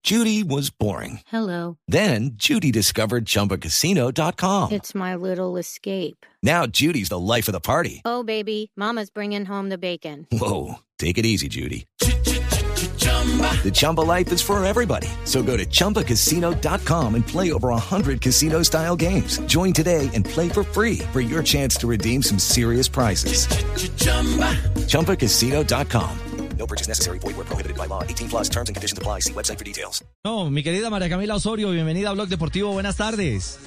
Judy was boring. Hello. Then Judy discovered ChumbaCasino.com. It's my little escape. Now Judy's the life of the party. Oh, baby, mama's bringing home the bacon. Whoa, take it easy, Judy. The Chumba life is for everybody. So go to ChumbaCasino.com and play over 100 casino-style games. Join today and play for free for your chance to redeem some serious prizes. ChumbaCasino.com. No purchase necessary. Void where prohibited by law. 18 plus terms and conditions apply. See website for details. No, mi querida María Camila Osorio, bienvenida a Blog Deportivo. Buenas tardes.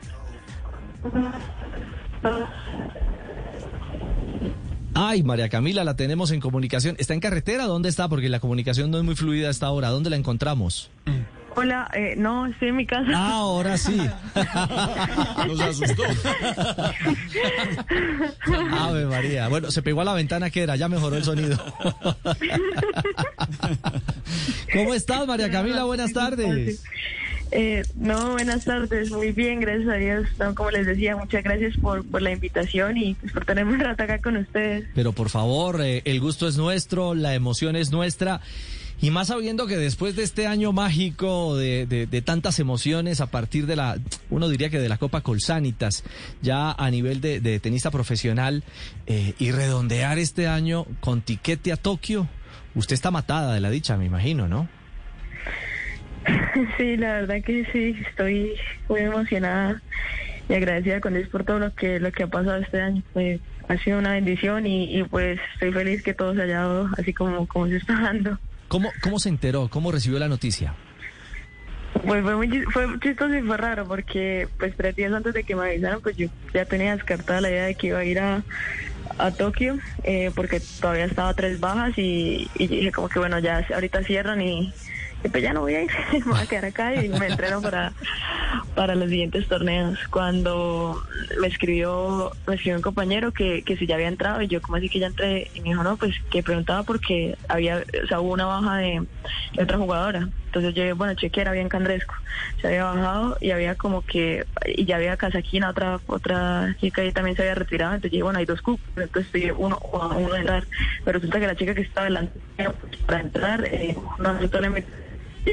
Ay, María Camila, la tenemos en comunicación. ¿Está en carretera? ¿Dónde está? Porque la comunicación no es muy fluida a esta hora. ¿Dónde la encontramos? Hola, no, estoy en mi casa. Ah, ahora sí. Nos asustó. Ave María. Bueno, se pegó a la ventana que era, ya mejoró el sonido. ¿Cómo estás, María Camila? Buenas tardes. No, buenas tardes, muy bien, gracias a Dios. No, como les decía, muchas gracias por la invitación y pues, por tenerme un rato acá con ustedes. Pero por favor, el gusto es nuestro, la emoción es nuestra. Y más sabiendo que después de este año mágico de tantas emociones a partir de uno diría que de la Copa Colsanitas, ya a nivel de tenista profesional, y redondear este año con tiquete a Tokio, usted está matada de la dicha, me imagino, ¿no? Sí, la verdad que sí, estoy muy emocionada y agradecida con Dios por todo lo que ha pasado este año. Ha sido una bendición y pues estoy feliz que todo se haya dado así como se está dando. ¿Cómo se enteró? ¿Cómo recibió la noticia? Pues fue chistoso y fue raro porque pues 3 días antes de que me avisaran pues yo ya tenía descartada la idea de que iba a ir a Tokio porque todavía estaba 3 bajas y dije como que bueno, ya ahorita cierran y pues ya no voy a ir, me voy a quedar acá y me entreno para los siguientes torneos. Cuando me escribió un compañero que si ya había entrado y yo como así que ya entré y me dijo no, pues que preguntaba porque hubo una baja de otra jugadora. Entonces yo bueno, chequeé, era bien Candresco, se había bajado y había como que, y ya había Kazakina, otra chica y también se había retirado, entonces dije bueno, hay 2 cupos, entonces estoy uno de entrar, pero resulta que la chica que estaba delante para entrar, no aceptó la invitación.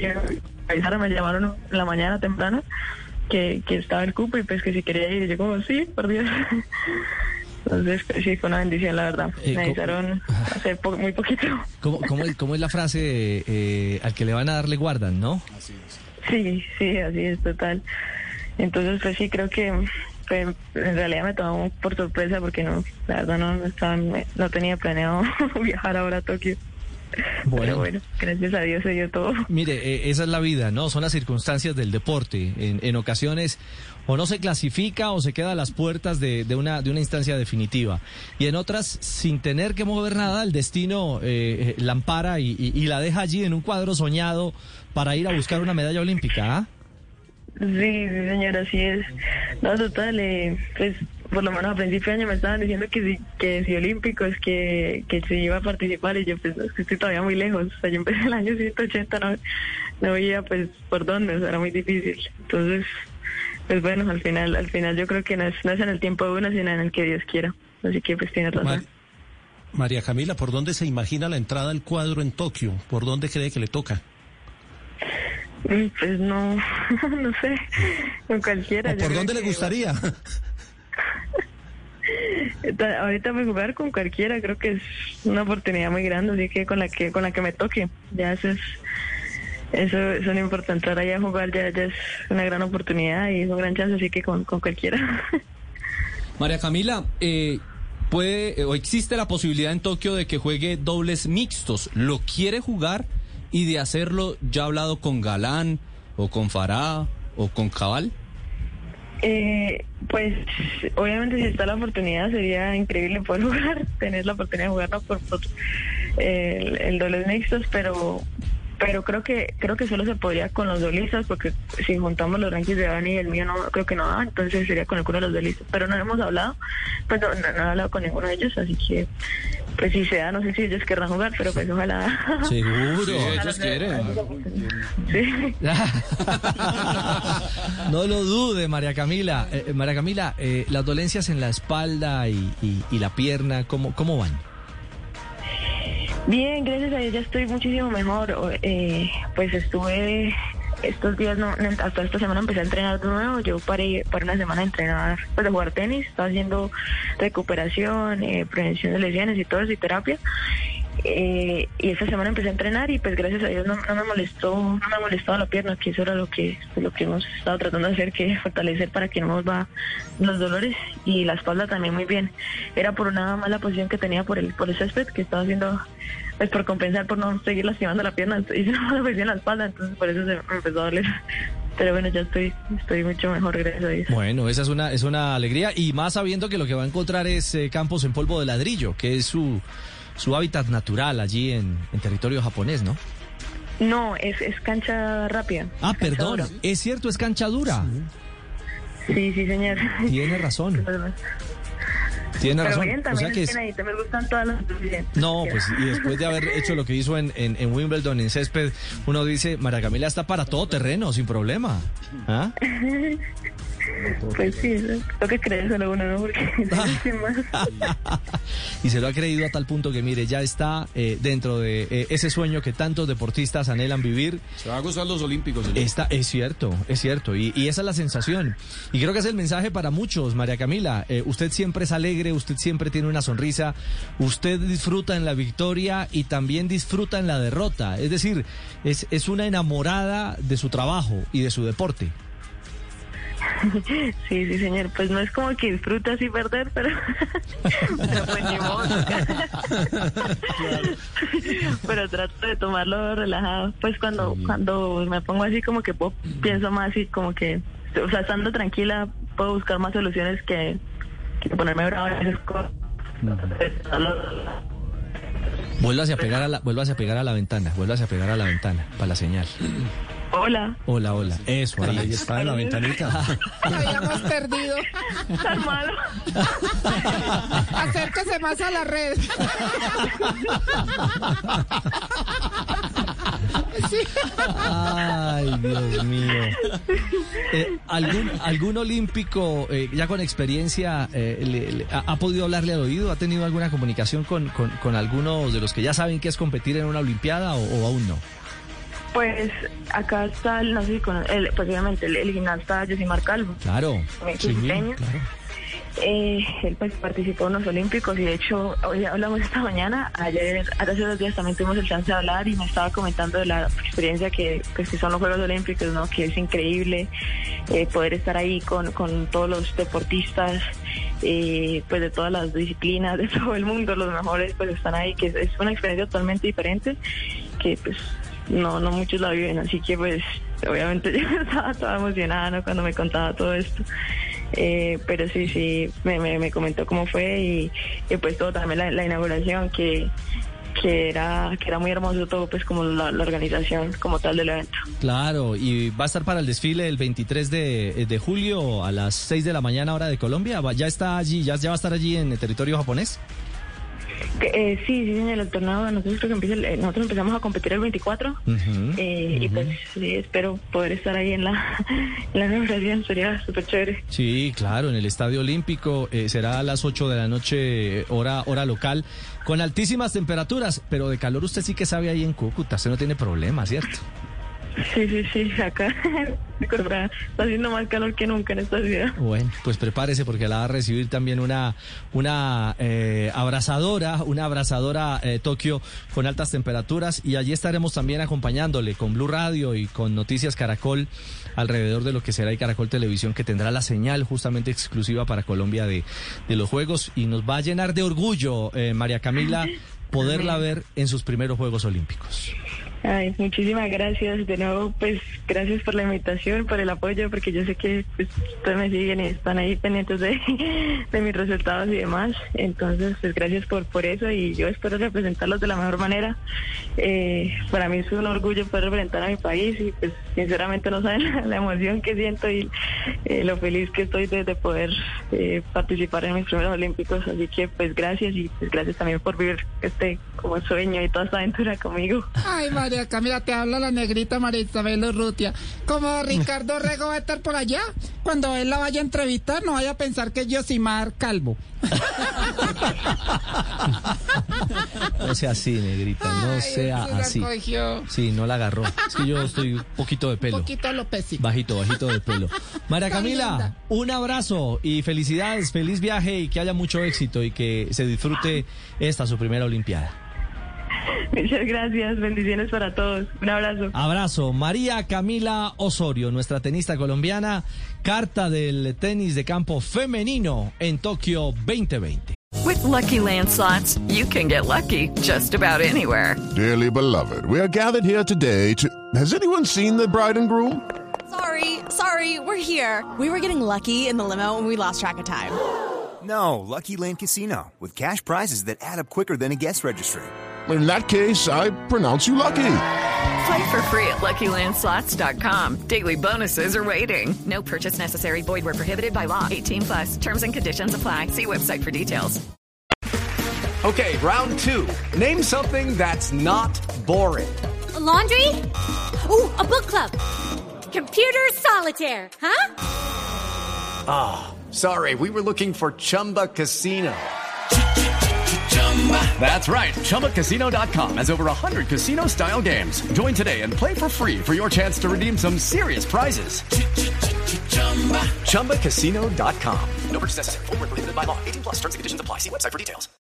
Me llamaron en la mañana temprano que estaba el cupo y pues que si quería ir y yo como sí, por Dios. Entonces pues, sí, fue una bendición la verdad. Me avisaron hace muy poquito. ¿Cómo es la frase al que le van a dar le guardan, no? Así es. Sí, así es, total. Entonces pues sí, creo que en realidad me tomó por sorpresa porque no, la verdad no tenía planeado viajar ahora a Tokio. Pero bueno, gracias a Dios se dio todo. Mire, esa es la vida, ¿no? Son las circunstancias del deporte. En ocasiones o no se clasifica o se queda a las puertas de una instancia definitiva. Y en otras, sin tener que mover nada, el destino la ampara y la deja allí en un cuadro soñado para ir a buscar una medalla olímpica, ¿ah? Sí, señora, así es. No, total, pues por lo menos a principio de año me estaban diciendo que si olímpicos, que se iba a participar y yo pues no, es que estoy todavía muy lejos. O sea, yo empecé el año 180, no veía pues por dónde, o sea, era muy difícil. Entonces, pues bueno, al final yo creo que no es en el tiempo de uno, sino en el que Dios quiera. Así que pues tiene razón. María Camila, ¿por dónde se imagina la entrada al cuadro en Tokio? ¿Por dónde cree que le toca? Pues no sé, con cualquiera. ¿Por dónde le gustaría? Ahorita me jugar con cualquiera, creo que es una oportunidad muy grande, así que con la que me toque, ya eso no importa, entrar allá a jugar ya es una gran oportunidad y es un gran chance, así que con cualquiera. María Camila, ¿puede o existe la posibilidad en Tokio de que juegue dobles mixtos? ¿Lo quiere jugar? Y de hacerlo, ¿ya ha hablado con Galán o con Farah o con Cabal? Pues obviamente si está la oportunidad sería increíble poder jugar, tener la oportunidad de jugarlo por el dobles mixtos, pero creo que solo se podría con los duelistas, porque si juntamos los rankings de Dani y el mío no creo que no da, entonces sería con alguno de los duelistas, pero no hemos hablado, pues no he hablado con ninguno de ellos, así que pues si se da, no sé si ellos querrán jugar, pero pues ojalá. Seguro, sí, ellos quieren. Sí. No lo dude, María Camila. María Camila, las dolencias en la espalda y la pierna, ¿cómo van? Bien, gracias a Dios ya estoy muchísimo mejor. Pues estuve estos días, hasta esta semana empecé a entrenar de nuevo. Yo paré una semana de entrenar, pues de jugar tenis. Estaba haciendo recuperación, prevención de lesiones y todo eso, y terapia. Y esta semana empecé a entrenar y pues gracias a Dios no me molestó la pierna, que eso era lo que hemos estado tratando de hacer, que fortalecer para que no nos va los dolores, y la espalda también muy bien. Era por una mala posición que tenía por el césped, que estaba haciendo, pues por compensar, por no seguir lastimando la pierna, hice una mala posición en la espalda, entonces por eso se me empezó a doler. Pero bueno, ya estoy mucho mejor, gracias a Dios. Bueno, esa es una alegría, y más sabiendo que lo que va a encontrar es campos en polvo de ladrillo, que es su hábitat natural allí en territorio japonés, ¿no? No, es cancha rápida. Ah, perdón, dura. Es cierto, es cancha dura. Sí, señor. Tiene razón. Tiene Pero razón. Bien, también o sea que me gustan todas las suficientes. No, pues y después de haber hecho lo que hizo en Wimbledon, en césped, uno dice, María Camila está para todo terreno, sin problema. ¿Ah? Pues sí, lo que crees solo uno, ¿no? Porque y se lo ha creído a tal punto que, mire, ya está dentro de ese sueño que tantos deportistas anhelan vivir. Se va a gozar los Olímpicos. Es cierto. Y esa es la sensación. Y creo que es el mensaje para muchos, María Camila. Usted siempre es alegre, usted siempre tiene una sonrisa, usted disfruta en la victoria y también disfruta en la derrota. Es decir, es una enamorada de su trabajo y de su deporte. Sí, señor. Pues no es como que disfrute así perder, pero pues ni modo. Pero trato de tomarlo relajado. Pues cuando me pongo así como que pienso más y como que, o sea, estando tranquila puedo buscar más soluciones que ponerme brava en esas cosas. Vuélvase a pegar a la ventana para la señal. Hola. Eso, ahí está en la ventanita. Habíamos perdido. Tan malo. Acérquese más a la red. Sí. Ay, Dios mío. ¿Algún olímpico ya con experiencia ha podido hablarle al oído? ¿Ha tenido alguna comunicación con algunos de los que ya saben qué es competir en una olimpiada o aún no? Pues acá está, no sé, pues obviamente el gimnasta Yosimar Calvo. Claro. Claro. Él pues participó en los Olímpicos y de hecho hoy hablamos esta mañana. Hace 2 días también tuvimos el chance de hablar y me estaba comentando de la experiencia que son los Juegos Olímpicos, ¿no? Que es increíble poder estar ahí con todos los deportistas, pues de todas las disciplinas, de todo el mundo, los mejores pues están ahí, que es una experiencia totalmente diferente que pues no muchos la viven, así que pues obviamente yo estaba toda emocionada, ¿no? Cuando me contaba todo esto. Pero sí, me comentó cómo fue y pues todo también la inauguración que era muy hermoso todo, pues como la organización como tal del evento. Claro, y va a estar para el desfile el 23 de julio a las 6 de la mañana hora de Colombia. ¿Ya está allí, ya va a estar allí en el territorio japonés? Sí, señor, el torneo nosotros creo que nosotros empezamos a competir el 24 y pues sí, espero poder estar ahí en la inauguración, sería súper chévere. Sí, claro, en el Estadio Olímpico será a las 8 de la noche hora local, con altísimas temperaturas, pero de calor usted sí que sabe ahí en Cúcuta, usted no tiene problema, ¿cierto? Sí, acá está haciendo más calor que nunca en esta ciudad. Bueno, pues prepárese porque la va a recibir también una abrasadora Tokio con altas temperaturas, y allí estaremos también acompañándole con Blue Radio y con Noticias Caracol alrededor de lo que será y Caracol Televisión, que tendrá la señal justamente exclusiva para Colombia de los Juegos, y nos va a llenar de orgullo, María Camila, poderla ver en sus primeros Juegos Olímpicos. Ay, muchísimas gracias. De nuevo, pues gracias por la invitación, por el apoyo, porque yo sé que pues, ustedes me siguen y están ahí pendientes de mis resultados y demás. Entonces, pues gracias por eso, y yo espero representarlos de la mejor manera. Para mí es un orgullo poder representar a mi país y pues sinceramente no saben la emoción que siento y lo feliz que estoy de poder participar en mis primeros Olímpicos. Así que pues gracias, y pues gracias también por vivir este como sueño y toda esta aventura conmigo. Ay, María Camila, te habla la negrita María Isabel Urrutia. Como Ricardo Rego va a estar por allá, cuando él la vaya a entrevistar, no vaya a pensar que es Yosimar Calvo. No sea así, negrita, no sea así. Sí, no la agarró. Es que yo estoy un poquito de pelo. Un poquito alopécico. Bajito de pelo. María Camila, un abrazo y felicidades, feliz viaje y que haya mucho éxito y que se disfrute esta su primera Olimpiada. Muchas gracias, bendiciones para todos. Un abrazo. Abrazo. María Camila Osorio, nuestra tenista colombiana, carta del tenis de campo femenino en Tokio 2020. With Lucky Land Slots, you can get lucky just about anywhere. Dearly beloved, we are gathered here today to... Has anyone seen the bride and groom? Sorry, we're here. We were getting lucky in the limo and we lost track of time. No, Lucky Land Casino, with cash prizes that add up quicker than a guest registry. In that case, I pronounce you lucky. Play for free at LuckyLandSlots.com. Daily bonuses are waiting. No purchase necessary. Void where prohibited by law. 18+. Terms and conditions apply. See website for details. Okay, round two. Name something that's not boring. A laundry? Ooh, a book club. Computer solitaire, huh? Ah, sorry. We were looking for Chumba Casino. That's right. ChumbaCasino.com has over 100 casino-style games. Join today and play for free for your chance to redeem some serious prizes. ChumbaCasino.com. No purchase necessary. Void where prohibited by law. 18+. Terms and conditions apply. See website for details.